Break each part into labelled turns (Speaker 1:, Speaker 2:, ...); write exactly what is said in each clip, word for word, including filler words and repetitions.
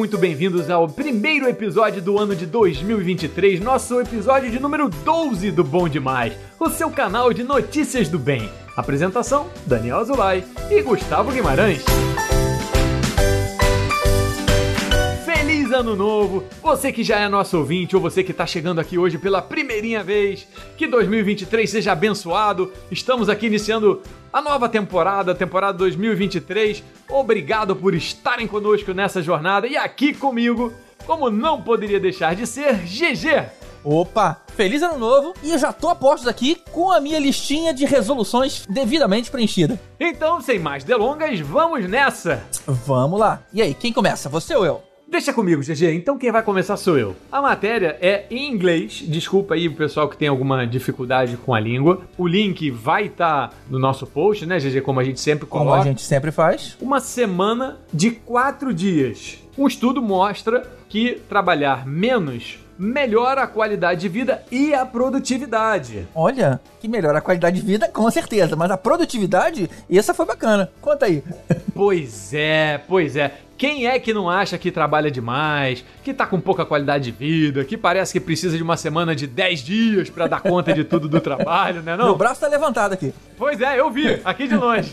Speaker 1: muito bem-vindos ao primeiro episódio do ano de dois mil e vinte e três, nosso episódio de número doze do Bom Demais, o seu canal de notícias do bem. Apresentação, Daniel Azulay e Gustavo Guimarães. Feliz Ano Novo! Você que já é nosso ouvinte ou você que está chegando aqui hoje pela primeirinha vez, que dois mil e vinte e três seja abençoado. Estamos aqui iniciando a nova temporada, temporada dois mil e vinte e três. Obrigado por estarem conosco nessa jornada e aqui comigo, como não poderia deixar de ser, G G.
Speaker 2: Opa, feliz ano novo e eu já tô a postos aqui com a minha listinha de resoluções devidamente preenchida.
Speaker 1: Então, sem mais delongas, vamos nessa!
Speaker 2: Vamos lá. E aí, quem começa, você ou eu?
Speaker 1: Deixa comigo, G G. Então quem vai começar sou eu. A matéria é em inglês. Desculpa aí o pessoal que tem alguma dificuldade com a língua. O link vai estar tá no nosso post, né, G G? Como a gente sempre coloca.
Speaker 2: Como a gente sempre faz.
Speaker 1: Uma semana de quatro dias. Um estudo mostra que trabalhar menos melhora a qualidade de vida e a produtividade.
Speaker 2: Olha, que melhora a qualidade de vida, com certeza. Mas a produtividade, essa foi bacana. Conta aí.
Speaker 1: Pois é, pois é. Quem é que não acha que trabalha demais, que tá com pouca qualidade de vida, que parece que precisa de uma semana de dez dias pra dar conta de tudo do trabalho, né não?
Speaker 2: Meu braço tá levantado aqui.
Speaker 1: Pois é, eu vi, aqui de longe.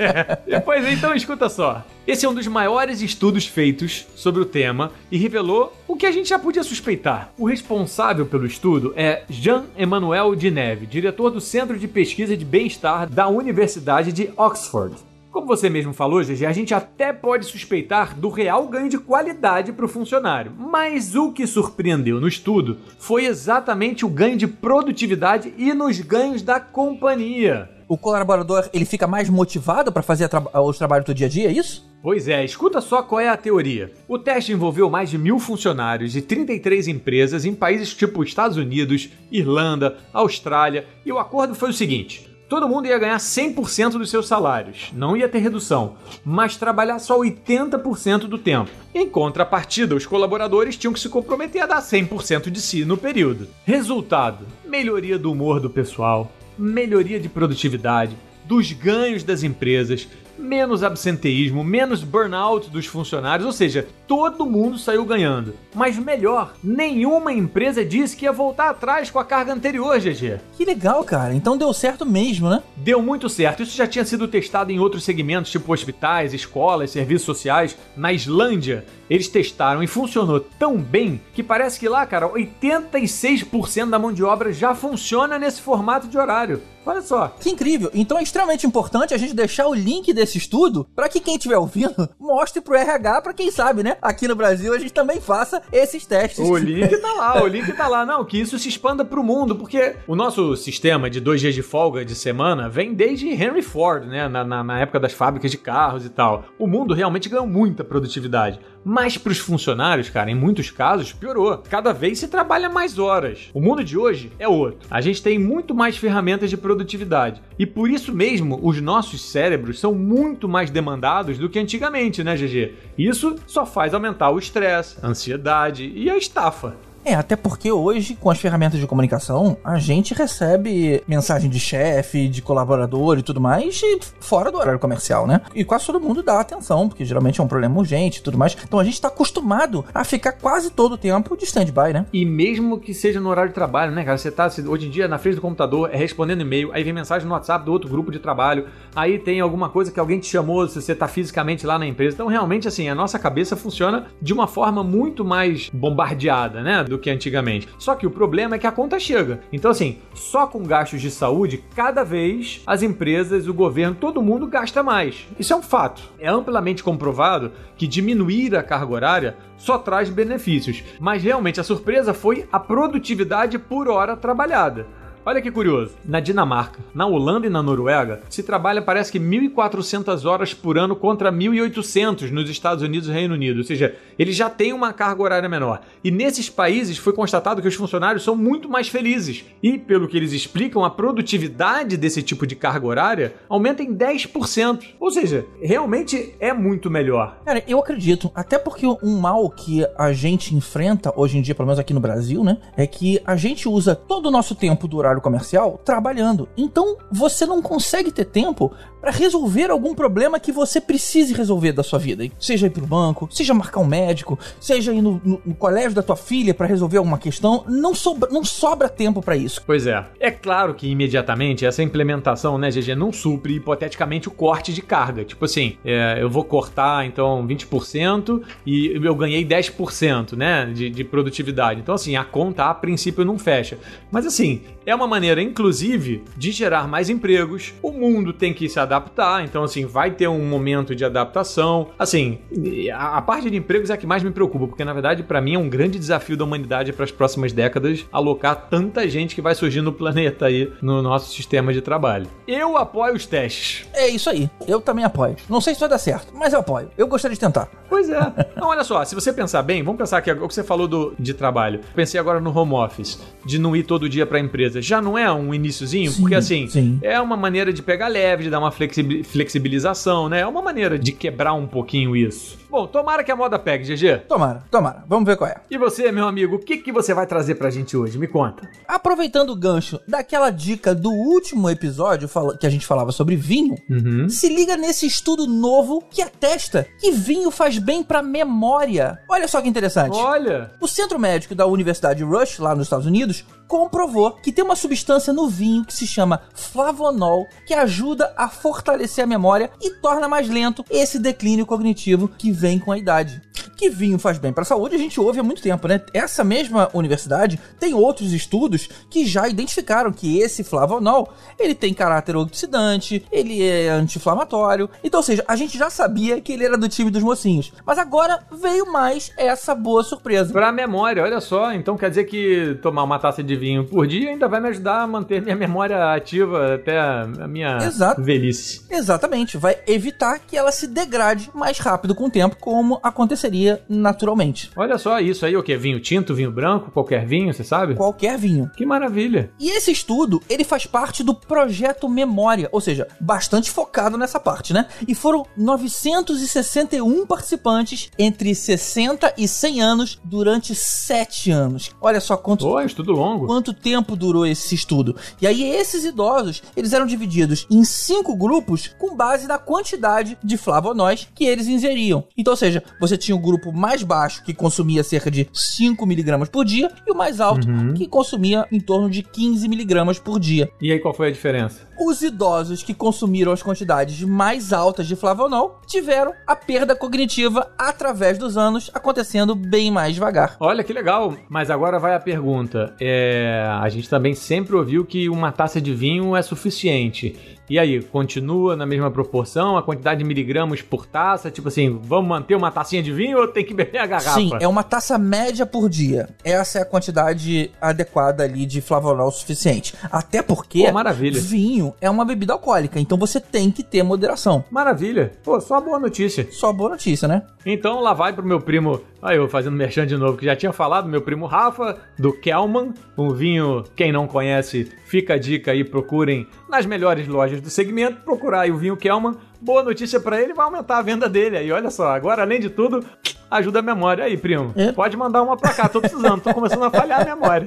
Speaker 1: Pois é, então escuta só. Esse é um dos maiores estudos feitos sobre o tema e revelou o que a gente já podia suspeitar. O responsável pelo estudo é Jean-Emmanuel Dineve, diretor do Centro de Pesquisa de Bem-Estar da Universidade de Oxford. Como você mesmo falou, G G, a gente até pode suspeitar do real ganho de qualidade para o funcionário. Mas o que surpreendeu no estudo foi exatamente o ganho de produtividade e nos ganhos da companhia.
Speaker 2: O colaborador, ele fica mais motivado para fazer tra- os trabalhos do dia a dia, é isso?
Speaker 1: Pois é, escuta só qual é a teoria. O teste envolveu mais de mil funcionários de trinta e três empresas em países tipo Estados Unidos, Irlanda, Austrália, e o acordo foi o seguinte: todo mundo ia ganhar cem por cento dos seus salários, não ia ter redução, mas trabalhar só oitenta por cento do tempo. Em contrapartida, os colaboradores tinham que se comprometer a dar cem por cento de si no período. Resultado: melhoria do humor do pessoal, melhoria de produtividade, dos ganhos das empresas, menos absenteísmo, menos burnout dos funcionários, ou seja, todo mundo saiu ganhando. Mas melhor, nenhuma empresa disse que ia voltar atrás com a carga anterior, G G.
Speaker 2: Que legal, cara. Então deu certo mesmo, né?
Speaker 1: Deu muito certo. Isso já tinha sido testado em outros segmentos, tipo hospitais, escolas, serviços sociais. Na Islândia, eles testaram e funcionou tão bem que parece que lá, cara, oitenta e seis por cento da mão de obra já funciona nesse formato de horário. Olha só.
Speaker 2: Que incrível. Então é extremamente importante a gente deixar o link desse estudo para que quem estiver ouvindo mostre pro R H, para quem sabe, né? Aqui no Brasil a gente também faça esses testes.
Speaker 1: O link tá lá, o link tá lá. Não, que isso se expanda pro mundo, porque o nosso sistema de dois dias de folga de semana vem desde Henry Ford, né? Na, na, na época das fábricas de carros e tal. O mundo realmente ganhou muita produtividade. Mas pros funcionários, cara, em muitos casos, piorou. Cada vez se trabalha mais horas. O mundo de hoje é outro. A gente tem muito mais ferramentas de produtividade. E por isso mesmo, os nossos cérebros são muito mais demandados do que antigamente, né, G G? Isso só faz aumentar o estresse, a ansiedade e a estafa.
Speaker 2: É, até porque hoje, com as ferramentas de comunicação, a gente recebe mensagem de chefe, de colaborador e tudo mais, e fora do horário comercial, né? E quase todo mundo dá atenção, porque geralmente é um problema urgente e tudo mais. Então a gente tá acostumado a ficar quase todo o tempo de stand-by, né?
Speaker 1: E mesmo que seja no horário de trabalho, né, cara? Você tá, hoje em dia, na frente do computador, é respondendo e-mail, aí vem mensagem no WhatsApp do outro grupo de trabalho, aí tem alguma coisa que alguém te chamou, se você tá fisicamente lá na empresa. Então, realmente, assim, a nossa cabeça funciona de uma forma muito mais bombardeada, né? Do que antigamente. Só que o problema é que a conta chega. Então, assim, só com gastos de saúde, cada vez as empresas, o governo, todo mundo gasta mais. Isso é um fato. É amplamente comprovado que diminuir a carga horária só traz benefícios. Mas realmente a surpresa foi a produtividade por hora trabalhada. Olha que curioso, na Dinamarca, na Holanda e na Noruega, se trabalha parece que mil e quatrocentas horas por ano contra mil e oitocentas nos Estados Unidos e Reino Unido, ou seja, eles já têm uma carga horária menor. E nesses países foi constatado que os funcionários são muito mais felizes. E, pelo que eles explicam, a produtividade desse tipo de carga horária aumenta em dez por cento. Ou seja, realmente é muito melhor.
Speaker 2: Cara, eu acredito, até porque um mal que a gente enfrenta hoje em dia, pelo menos aqui no Brasil, né, é que a gente usa todo o nosso tempo do horário comercial trabalhando. Então, você não consegue ter tempo para resolver algum problema que você precise resolver da sua vida. Seja ir pro banco, seja marcar um médico, seja ir no, no, no colégio da tua filha para resolver alguma questão. Não sobra, não sobra tempo para isso.
Speaker 1: Pois é. É claro que imediatamente essa implementação, né, G G, não supre hipoteticamente o corte de carga. Tipo assim, é, eu vou cortar então vinte por cento e eu ganhei dez por cento, né, de, de produtividade. Então assim, a conta a princípio não fecha. Mas assim, é uma maneira inclusive de gerar mais empregos. O mundo tem que se adaptar, então assim, vai ter um momento de adaptação. Assim, a, a parte de empregos é a que mais me preocupa, porque na verdade para mim é um grande desafio da humanidade para as próximas décadas alocar tanta gente que vai surgir no planeta aí, no nosso sistema de trabalho. Eu apoio os testes.
Speaker 2: É isso aí, eu também apoio. Não sei se vai dar certo, mas eu apoio. Eu gostaria de tentar.
Speaker 1: Pois é. Então olha só, se você pensar bem, vamos pensar aqui, o que você falou do, de trabalho. Pensei agora no home office, de não ir todo dia para a empresa. Já não é um iniciozinho?
Speaker 2: Sim,
Speaker 1: porque assim,
Speaker 2: sim.
Speaker 1: É uma maneira de pegar leve, de dar uma flexibilização, né? É uma maneira de quebrar um pouquinho isso. Bom, tomara que a moda pegue, G G.
Speaker 2: Tomara, tomara. Vamos ver qual é.
Speaker 1: E você, meu amigo, o que, que você vai trazer pra gente hoje? Me conta.
Speaker 2: Aproveitando o gancho daquela dica do último episódio fala- que a gente falava sobre vinho,
Speaker 1: Uhum.
Speaker 2: se liga nesse estudo novo que atesta que vinho faz bem pra memória. Olha só que interessante.
Speaker 1: Olha.
Speaker 2: O Centro Médico da Universidade Rush, lá nos Estados Unidos, comprovou que tem uma substância no vinho que se chama flavonol, que ajuda a fortalecer a memória e torna mais lento esse declínio cognitivo que vem com a idade. Que vinho faz bem para a saúde, a gente ouve há muito tempo, né? Essa mesma universidade tem outros estudos que já identificaram que esse flavonol, ele tem caráter oxidante, ele é anti-inflamatório. Então, ou seja, a gente já sabia que ele era do time dos mocinhos. Mas agora veio mais essa boa surpresa.
Speaker 1: Pra memória, olha só. Então quer dizer que tomar uma taça de vinho por dia ainda vai me ajudar a manter minha memória ativa até a minha
Speaker 2: Exato.
Speaker 1: velhice.
Speaker 2: Exatamente, vai evitar que ela se degrade mais rápido com o tempo, como aconteceria naturalmente.
Speaker 1: Olha só, isso aí o quê? Vinho tinto, vinho branco, qualquer vinho, você sabe?
Speaker 2: Qualquer vinho.
Speaker 1: Que maravilha.
Speaker 2: E esse estudo, ele faz parte do Projeto Memória, ou seja, bastante focado nessa parte, né? E foram novecentos e sessenta e um participantes entre sessenta e cem anos durante sete anos. Olha só quanto,
Speaker 1: Pô, estudo longo.
Speaker 2: quanto tempo durou esse estudo. E aí esses idosos, eles eram divididos em cinco grupos com base na quantidade de flavonóis que eles ingeriam. Então, ou seja, você tinha o grupo mais baixo, que consumia cerca de cinco miligramas por dia, e o mais alto,
Speaker 1: Uhum.
Speaker 2: que consumia em torno de quinze miligramas por dia.
Speaker 1: E aí qual foi a diferença?
Speaker 2: Os idosos que consumiram as quantidades mais altas de flavonol tiveram a perda cognitiva através dos anos, acontecendo bem mais devagar.
Speaker 1: Olha que legal, mas agora vai a pergunta. É, a gente também sempre ouviu que uma taça de vinho é suficiente. E aí, continua na mesma proporção, a quantidade de miligramas por taça? Tipo assim, vamos manter uma tacinha de vinho ou tem que beber a garrafa?
Speaker 2: Sim, é uma taça média por dia. Essa é a quantidade adequada ali de flavonol suficiente. Até porque
Speaker 1: Pô, maravilha.
Speaker 2: vinho é uma bebida alcoólica, então você tem que ter moderação.
Speaker 1: Maravilha. Pô, só boa notícia.
Speaker 2: Só boa notícia, né?
Speaker 1: Então lá vai pro meu primo, aí eu fazendo merchan de novo, que já tinha falado, meu primo Rafa, do Kelman, um vinho, quem não conhece, fica a dica aí, procurem nas melhores lojas do segmento, procurar aí o vinho Kelman. Boa notícia pra ele, vai aumentar a venda dele aí, olha só, agora além de tudo, ajuda a memória. Aí, primo,
Speaker 2: É.
Speaker 1: pode mandar uma pra cá, tô precisando, tô começando a falhar a memória.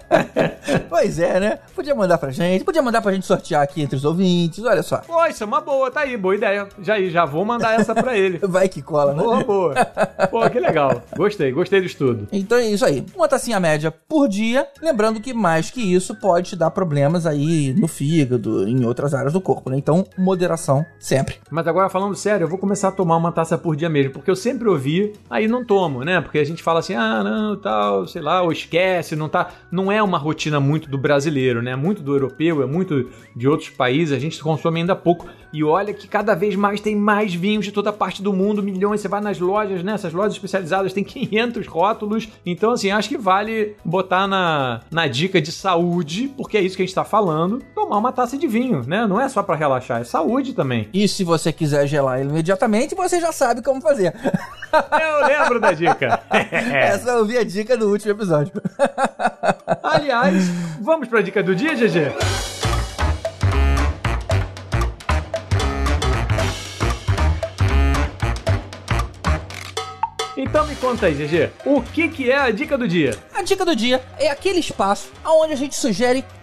Speaker 2: Pois é, né? Podia mandar pra gente, podia mandar pra gente sortear aqui entre os ouvintes, olha só.
Speaker 1: Pô, isso é uma boa, tá aí, boa ideia. Já, já vou mandar essa pra ele.
Speaker 2: Vai que cola, né?
Speaker 1: Boa, boa. Pô, que legal. Gostei, gostei do estudo.
Speaker 2: Então é isso aí. Uma tacinha média por dia. Lembrando que mais que isso pode te dar problemas aí no fígado, em outras áreas do corpo, né? Então, moderação sempre.
Speaker 1: Mas agora, falando sério, eu vou começar a tomar uma taça por dia mesmo, porque eu sempre ouvi, aí não tomo, né? Porque a gente fala assim, ah, não, tal, sei lá, ou esquece, não tá... Não é uma rotina muito do brasileiro, né? Muito do europeu, é muito de outros países, a gente consome ainda pouco. E olha que cada vez mais tem mais vinhos de toda parte do mundo, milhões, você vai nas lojas, né? Essas lojas especializadas tem quinhentos rótulos. Então, assim, acho que vale botar na, na dica de saúde, porque é isso que a gente tá falando, tomar uma taça de vinho, né? Não é só pra relaxar, é saúde também.
Speaker 2: E se você quiser gelar ele imediatamente, você já sabe como fazer.
Speaker 1: Eu lembro da dica.
Speaker 2: Essa eu ouvi a dica do último episódio.
Speaker 1: Aliás, vamos pra dica do dia, G G? Então me conta aí, G G, o que que é a dica do dia?
Speaker 2: A dica do dia é aquele espaço onde a gente sugere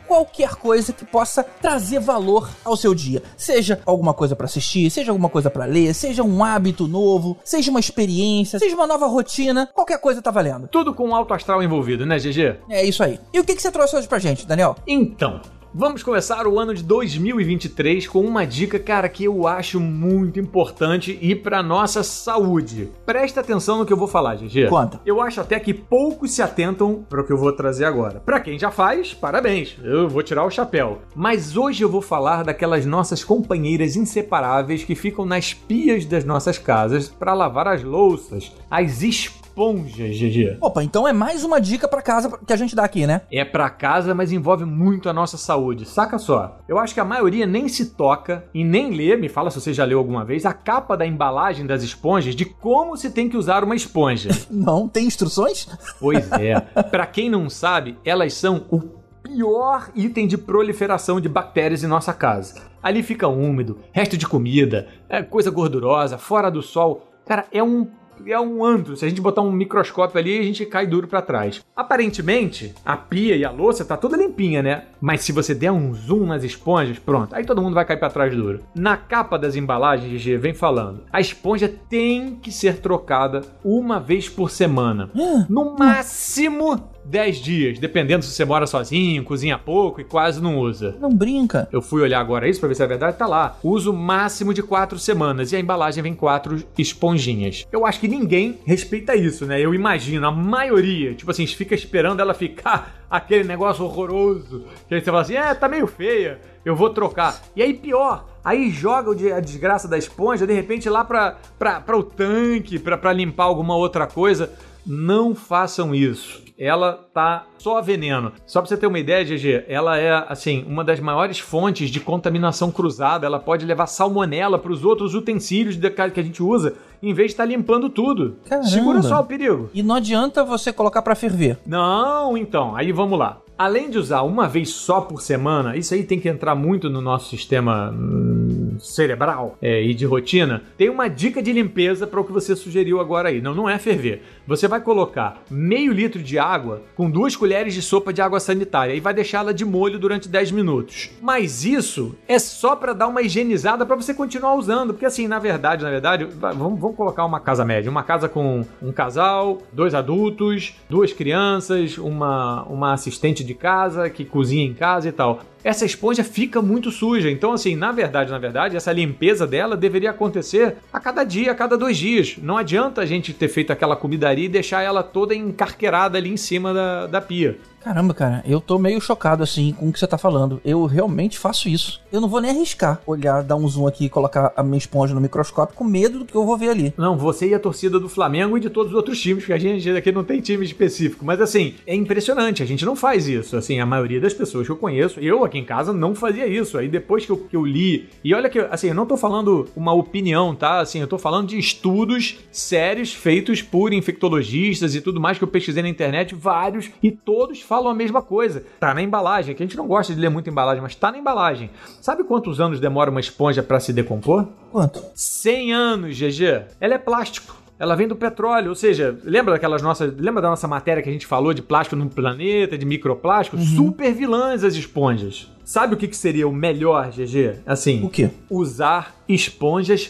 Speaker 2: qualquer coisa que possa trazer valor ao seu dia. Seja alguma coisa pra assistir, seja alguma coisa pra ler, seja um hábito novo, seja uma experiência, seja uma nova rotina, qualquer coisa tá valendo.
Speaker 1: Tudo com alto astral envolvido, né, G G?
Speaker 2: É isso aí. E o que, que você trouxe hoje pra gente, Daniel?
Speaker 1: Então... vamos começar o ano de dois mil e vinte e três com uma dica, cara, que eu acho muito importante e pra nossa saúde. Presta atenção no que eu vou falar, G G.
Speaker 2: Conta.
Speaker 1: Eu acho até que poucos se atentam para o que eu vou trazer agora. Pra quem já faz, parabéns, eu vou tirar o chapéu. Mas hoje eu vou falar daquelas nossas companheiras inseparáveis que ficam nas pias das nossas casas pra lavar as louças, as esponjas. Esponjas, G G.
Speaker 2: Opa, então é mais uma dica pra casa que a gente dá aqui, né?
Speaker 1: É pra casa, mas envolve muito a nossa saúde. Saca só, eu acho que a maioria nem se toca e nem lê, me fala se você já leu alguma vez, a capa da embalagem das esponjas de como se tem que usar uma esponja.
Speaker 2: Não, tem instruções?
Speaker 1: Pois é. Pra quem não sabe, elas são o pior item de proliferação de bactérias em nossa casa. Ali fica úmido, resto de comida, é coisa gordurosa, fora do sol. Cara, é um... é um antro. Se a gente botar um microscópio ali, a gente cai duro pra trás. Aparentemente, a pia e a louça tá toda limpinha, né? Mas se você der um zoom nas esponjas, pronto, aí todo mundo vai cair pra trás duro. Na capa das embalagens, G G, vem falando, a esponja tem que ser trocada uma vez por semana. No máximo dez dias, dependendo se você mora sozinho, cozinha pouco e quase não usa.
Speaker 2: Não brinca.
Speaker 1: Eu fui olhar agora isso pra ver se é verdade, tá lá. Uso máximo de quatro semanas e a embalagem vem quatro esponjinhas. Eu acho que ninguém respeita isso, né? Eu imagino, a maioria, tipo assim, fica esperando ela ficar aquele negócio horroroso. Que aí você fala assim, é, tá meio feia, eu vou trocar. E aí pior, aí joga a desgraça da esponja, de repente lá pra, pra, pra o tanque, pra, pra limpar alguma outra coisa. Não façam isso. Ela tá só veneno. Só pra você ter uma ideia, G G, ela é, assim, uma das maiores fontes de contaminação cruzada. Ela pode levar salmonela pros outros utensílios que a gente usa, em vez de estar limpando tudo.
Speaker 2: Caramba.
Speaker 1: Segura só o perigo.
Speaker 2: E não adianta você colocar pra ferver.
Speaker 1: Não, então, aí vamos lá. Além de usar uma vez só por semana, isso aí tem que entrar muito no nosso sistema hum, cerebral é, e de rotina, tem uma dica de limpeza para o que você sugeriu agora aí. Não, não é ferver. Você vai colocar meio litro de água com duas colheres de sopa de água sanitária e vai deixá-la de molho durante dez minutos. Mas isso é só para dar uma higienizada para você continuar usando, porque assim, na verdade, na verdade, vamos, vamos colocar uma casa média, uma casa com um casal, dois adultos, duas crianças, uma, uma assistente de casa que cozinha em casa e tal. Essa esponja fica muito suja. Então, assim, na verdade, na verdade, essa limpeza dela deveria acontecer a cada dia, a cada dois dias. Não adianta a gente ter feito aquela comidaria e deixar ela toda encarqueirada ali em cima da, da pia.
Speaker 2: Caramba, cara, eu tô meio chocado, assim, com o que você tá falando. Eu realmente faço isso. Eu não vou nem arriscar olhar, dar um zoom aqui e colocar a minha esponja no microscópio com medo do que eu vou ver ali.
Speaker 1: Não, você e a torcida do Flamengo e de todos os outros times, porque a gente aqui não tem time específico. Mas, assim, é impressionante. A gente não faz isso. Assim, a maioria das pessoas que eu conheço, eu aqui em casa não fazia isso. Aí depois que eu, que eu li... E olha que, assim, eu não tô falando uma opinião, tá? Assim, eu tô falando de estudos sérios feitos por infectologistas e tudo mais que eu pesquisei na internet, vários, e todos falam a mesma coisa. Tá na embalagem, que a gente não gosta de ler muito embalagem, mas tá na embalagem. Sabe quantos anos demora uma esponja pra se decompor?
Speaker 2: Quanto?
Speaker 1: cem anos, G G. Ela é plástico. Ela vem do petróleo, ou seja, lembra daquelas nossas, lembra da nossa matéria que a gente falou de plástico no planeta, de microplástico? Uhum. Super vilãs as esponjas. Sabe o que, que seria o melhor, G G? Assim,
Speaker 2: o quê?
Speaker 1: Usar esponjas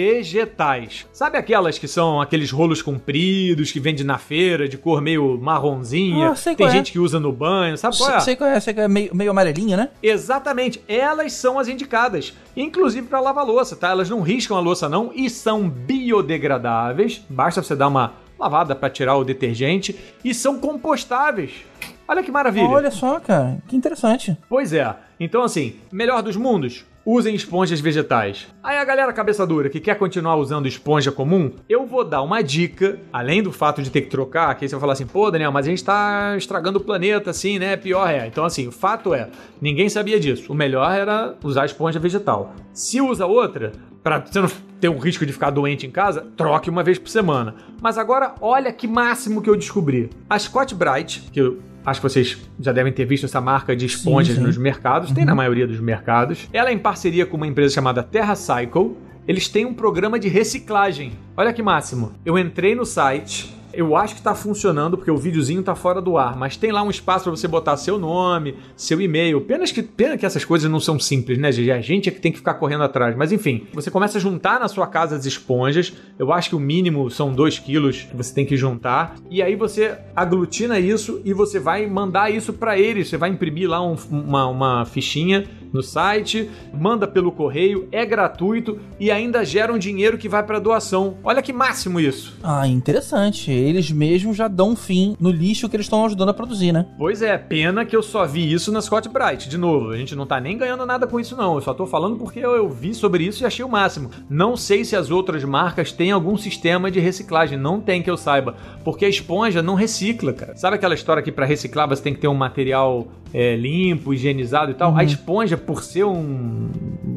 Speaker 1: vegetais. Sabe aquelas que são aqueles rolos compridos que vende na feira, de cor meio marronzinha?
Speaker 2: Ah, sei
Speaker 1: Tem
Speaker 2: qual
Speaker 1: gente
Speaker 2: é.
Speaker 1: que usa no banho, sabe qual é?
Speaker 2: Sei qual é, sei qual é, meio, meio amarelinha, né?
Speaker 1: Exatamente, elas são as indicadas, inclusive para lavar louça, tá? Elas não riscam a louça não e são biodegradáveis, basta você dar uma lavada para tirar o detergente e são compostáveis. Olha que maravilha.
Speaker 2: Olha só, cara, que interessante.
Speaker 1: Pois é, então assim, melhor dos mundos, usem esponjas vegetais. Aí a galera cabeça dura que quer continuar usando esponja comum, eu vou dar uma dica, além do fato de ter que trocar, que aí você vai falar assim, pô, Daniel, mas a gente tá estragando o planeta assim, né, pior é. Então assim, o fato é, ninguém sabia disso, o melhor era usar esponja vegetal. Se usa outra, para você não ter um risco de ficar doente em casa, troque uma vez por semana. Mas agora, olha que máximo que eu descobri. A Scott-Brite, que eu acho que vocês já devem ter visto essa marca de esponjas sim, sim. nos mercados, uhum. Tem na maioria dos mercados. Ela é em parceria com uma empresa chamada TerraCycle. Eles têm um programa de reciclagem. Olha que máximo. Eu entrei no site, eu acho que tá funcionando, porque o videozinho tá fora do ar, mas tem lá um espaço pra você botar seu nome, seu e-mail. Pena que, pena que essas coisas não são simples, né, G G? A gente é que tem que ficar correndo atrás. Mas enfim, você começa a juntar na sua casa as esponjas. Eu acho que o mínimo são dois quilos que você tem que juntar. E aí você aglutina isso e você vai mandar isso pra eles. Você vai imprimir lá um, uma, uma fichinha no site, manda pelo correio, é gratuito e ainda gera um dinheiro que vai pra doação. Olha que máximo isso.
Speaker 2: Ah, interessante. Eles mesmos já dão fim no lixo que eles estão ajudando a produzir, né?
Speaker 1: Pois é, pena que eu só vi isso na Scott Bright. De novo, a gente não tá nem ganhando nada com isso não, eu só tô falando porque eu, eu vi sobre isso e achei o máximo. Não sei se as outras marcas têm algum sistema de reciclagem, não tem que eu saiba, porque a esponja não recicla, cara. Sabe aquela história que pra reciclar você tem que ter um material é, limpo, higienizado e tal? Uhum. A esponja, por ser um,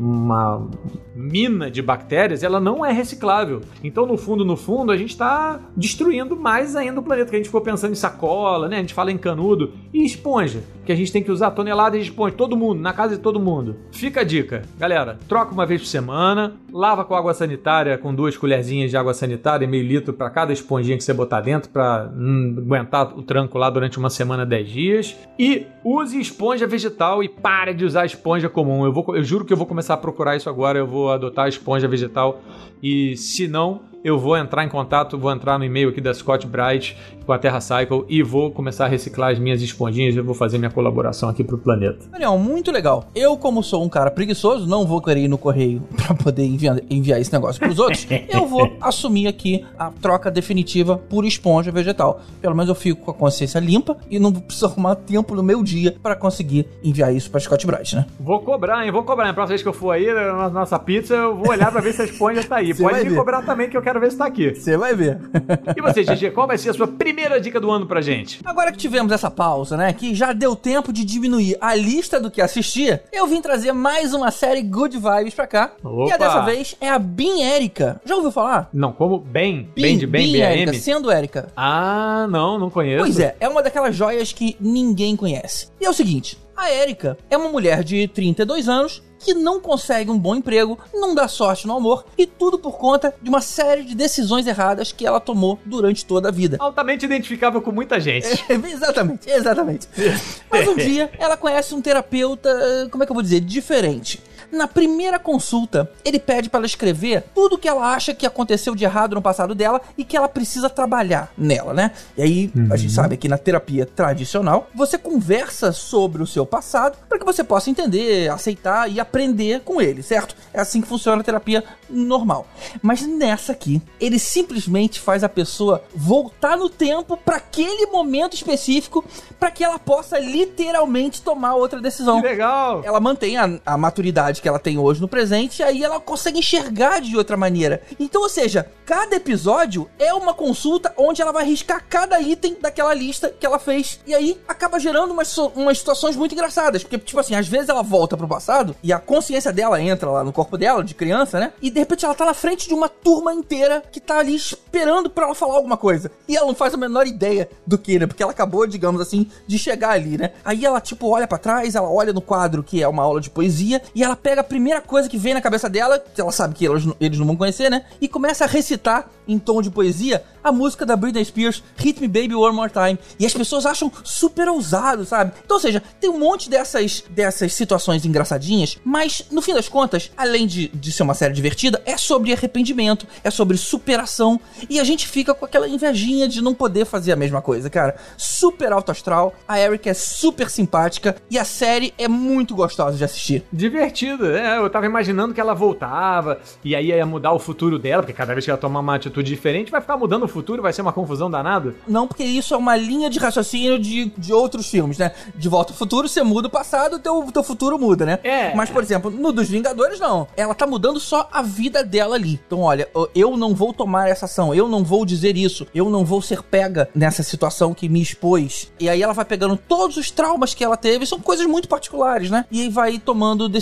Speaker 1: uma mina de bactérias, ela não é reciclável. Então, no fundo, no fundo, a gente tá destruindo mais ainda o planeta, que a gente ficou pensando em sacola, né? A gente fala em canudo e esponja, que a gente tem que usar toneladas de esponja, todo mundo, na casa de todo mundo. Fica a dica, galera, troca uma vez por semana, lava com água sanitária, com duas colherzinhas de água sanitária e meio litro para cada esponjinha que você botar dentro, para hum, aguentar o tranco lá durante uma semana, dez dias, e use esponja vegetal e pare de usar esponja comum. Eu, vou, eu juro que eu vou começar a procurar isso agora, eu vou adotar a esponja vegetal e se não, eu vou entrar em contato, vou entrar no e-mail aqui da Scott Bright com a TerraCycle e vou começar a reciclar as minhas esponjinhas e eu vou fazer minha colaboração aqui pro planeta.
Speaker 2: Daniel, muito legal. Eu, como sou um cara preguiçoso, não vou querer ir no correio pra poder enviar, enviar esse negócio pros outros. Eu vou assumir aqui a troca definitiva por esponja vegetal. Pelo menos eu fico com a consciência limpa e não preciso arrumar tempo no meu dia pra conseguir enviar isso pra Scott Bright, né?
Speaker 1: Vou cobrar, hein? Vou cobrar. Na próxima vez que eu for aí, na nossa pizza, eu vou olhar pra ver se a esponja tá aí. Cê Pode me ver. cobrar também, que eu quero ver se tá aqui.
Speaker 2: Você vai ver.
Speaker 1: E você, G G, qual vai ser a sua primeira dica do ano pra gente?
Speaker 2: Agora que tivemos essa pausa, né, que já deu tempo de diminuir a lista do que assistir, eu vim trazer mais uma série Good Vibes pra cá. Opa. E a dessa vez é a Bean Erika. Já ouviu falar?
Speaker 1: Não, como Ben? Ben de Ben, B A M?
Speaker 2: Sendo Erika.
Speaker 1: Ah, não, não conheço.
Speaker 2: Pois é, é uma daquelas joias que ninguém conhece. E é o seguinte, a Erika é uma mulher de trinta e dois anos que não consegue um bom emprego, não dá sorte no amor, e tudo por conta de uma série de decisões erradas que ela tomou durante toda a vida.
Speaker 1: Altamente identificável com muita gente.
Speaker 2: É, exatamente, exatamente. Mas um dia, ela conhece um terapeuta, como é que eu vou dizer, diferente. Na primeira consulta, ele pede para ela escrever tudo que ela acha que aconteceu de errado no passado dela e que ela precisa trabalhar nela, né? E aí, uhum. a gente sabe que na terapia tradicional, você conversa sobre o seu passado para que você possa entender, aceitar e aprender com ele, certo? É assim que funciona a terapia normal. Mas nessa aqui, ele simplesmente faz a pessoa voltar no tempo para aquele momento específico para que ela possa literalmente tomar outra decisão.
Speaker 1: Que legal!
Speaker 2: Ela mantém a, a maturidade que ela tem hoje no presente e aí ela consegue enxergar de outra maneira. Então, ou seja, cada episódio é uma consulta onde ela vai riscar cada item daquela lista que ela fez. E aí acaba gerando umas, umas situações muito engraçadas. Porque, tipo assim, às vezes ela volta pro passado e a consciência dela entra lá no corpo dela, de criança, né? E de repente ela tá na frente de uma turma inteira que tá ali esperando pra ela falar alguma coisa. E ela não faz a menor ideia do que, né? Porque ela acabou, digamos assim, de chegar ali, né? Aí ela, tipo, olha pra trás, ela olha no quadro que é uma aula de poesia e ela pega a primeira coisa que vem na cabeça dela, que ela sabe que eles, eles não vão conhecer, né? E começa a recitar em tom de poesia a música da Britney Spears, Hit Me Baby One More Time. E as pessoas acham super ousado, sabe? Então, ou seja, tem um monte dessas, dessas situações engraçadinhas, mas no fim das contas, além de, de ser uma série divertida, é sobre arrependimento, é sobre superação, e a gente fica com aquela invejinha de não poder fazer a mesma coisa, cara. Super alto astral, a Erika é super simpática e a série é muito gostosa de assistir.
Speaker 1: Divertido, é, eu tava imaginando que ela voltava e aí ia mudar o futuro dela, porque cada vez que ela tomar uma atitude diferente, vai ficar mudando o futuro, vai ser uma confusão danada?
Speaker 2: Não, porque isso é uma linha de raciocínio de, de outros filmes, né? De Volta ao Futuro, você muda o passado, o teu, teu futuro muda, né?
Speaker 1: É.
Speaker 2: Mas, por exemplo, no dos Vingadores, não. Ela tá mudando só a vida dela ali. Então, olha, eu não vou tomar essa ação, eu não vou dizer isso, eu não vou ser pega nessa situação que me expôs. E aí ela vai pegando todos os traumas que ela teve, são coisas muito particulares, né? E aí vai tomando decisões mais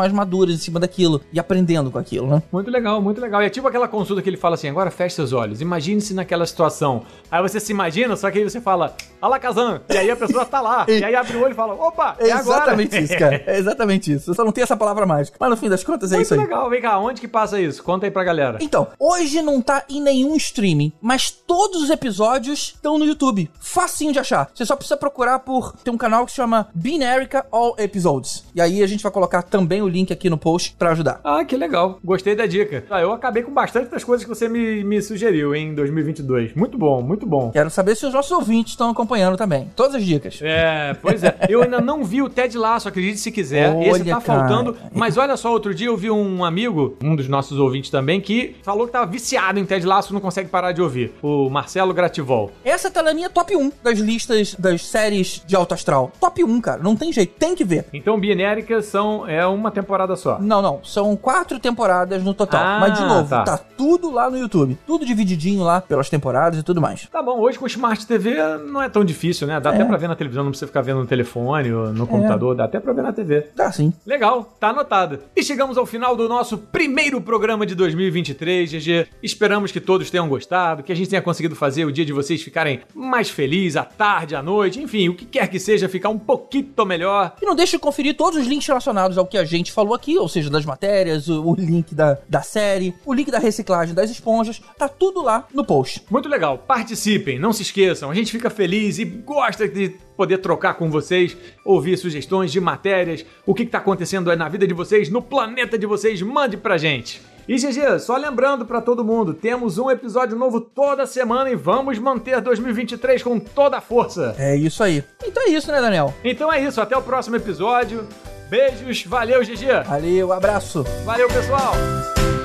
Speaker 2: mais maduras em cima daquilo e aprendendo com aquilo, né?
Speaker 1: Muito legal, muito legal. E é tipo aquela consulta que ele fala assim, agora feche seus olhos, imagine-se naquela situação. Aí você se imagina, só que aí você fala, Alakazam, e aí a pessoa tá lá. E aí abre o olho e fala, opa, é,
Speaker 2: é
Speaker 1: agora.
Speaker 2: Exatamente isso, cara. É exatamente isso. Eu só não tenho essa palavra mágica. Mas no fim das contas é
Speaker 1: muito
Speaker 2: isso aí.
Speaker 1: Muito legal. Vem cá, onde que passa isso? Conta aí pra galera.
Speaker 2: Então, hoje não tá em nenhum streaming, mas todos os episódios estão no YouTube. Facinho de achar. Você só precisa procurar por... Tem um canal que se chama Binerica All Episodes. E aí a gente vai colocar também o link aqui no post pra ajudar.
Speaker 1: Ah, que legal. Gostei da dica. Ah, eu acabei com bastante das coisas que você me, me sugeriu em dois mil e vinte e dois. Muito bom, muito bom.
Speaker 2: Quero saber se os nossos ouvintes estão acompanhando também. Todas as dicas.
Speaker 1: É, pois é. Eu ainda não vi o Ted Lasso, acredite se quiser. Olha, esse tá cara. faltando. Mas olha só, outro dia eu vi um amigo, um dos nossos ouvintes também, que falou que tava viciado em Ted Lasso e não consegue parar de ouvir. O Marcelo Grativol.
Speaker 2: Essa tá na minha top um das listas das séries de Alto Astral. Top um, cara. Não tem jeito. Tem que ver.
Speaker 1: Então, Binérica são, é uma temporada só.
Speaker 2: Não, não. São quatro temporadas no total. Ah, mas, de novo, tá. tá tudo lá no YouTube. Tudo divididinho lá pelas temporadas e tudo mais.
Speaker 1: Tá bom. Hoje com o Smart T V não é tão difícil, né? Dá é. até pra ver na televisão. Não precisa ficar vendo no telefone ou no é. computador. Dá até pra ver na T V.
Speaker 2: Dá sim.
Speaker 1: Legal. Tá anotado. E chegamos ao final do nosso primeiro programa de dois mil e vinte e três, G G. Esperamos que todos tenham gostado, que a gente tenha conseguido fazer o dia de vocês ficarem mais felizes, à tarde, à noite, enfim, o que quer que seja, ficar um pouquinho melhor.
Speaker 2: E não deixe de conferir todos os links relacionados ao que a gente falou aqui, ou seja, das matérias, o, o link da, da série, o link da reciclagem das esponjas, tá tudo lá no post.
Speaker 1: Muito legal. Participem, não se esqueçam, a gente fica feliz e gosta de poder trocar com vocês, ouvir sugestões de matérias, o que está acontecendo na vida de vocês, no planeta de vocês, mande pra gente. E G G, só lembrando pra todo mundo, temos um episódio novo toda semana e vamos manter dois mil e vinte e três com toda a força.
Speaker 2: É isso aí. Então é isso, né, Daniel?
Speaker 1: Então é isso, até o próximo episódio. Beijos, valeu, G G.
Speaker 2: Valeu, abraço.
Speaker 1: Valeu, pessoal.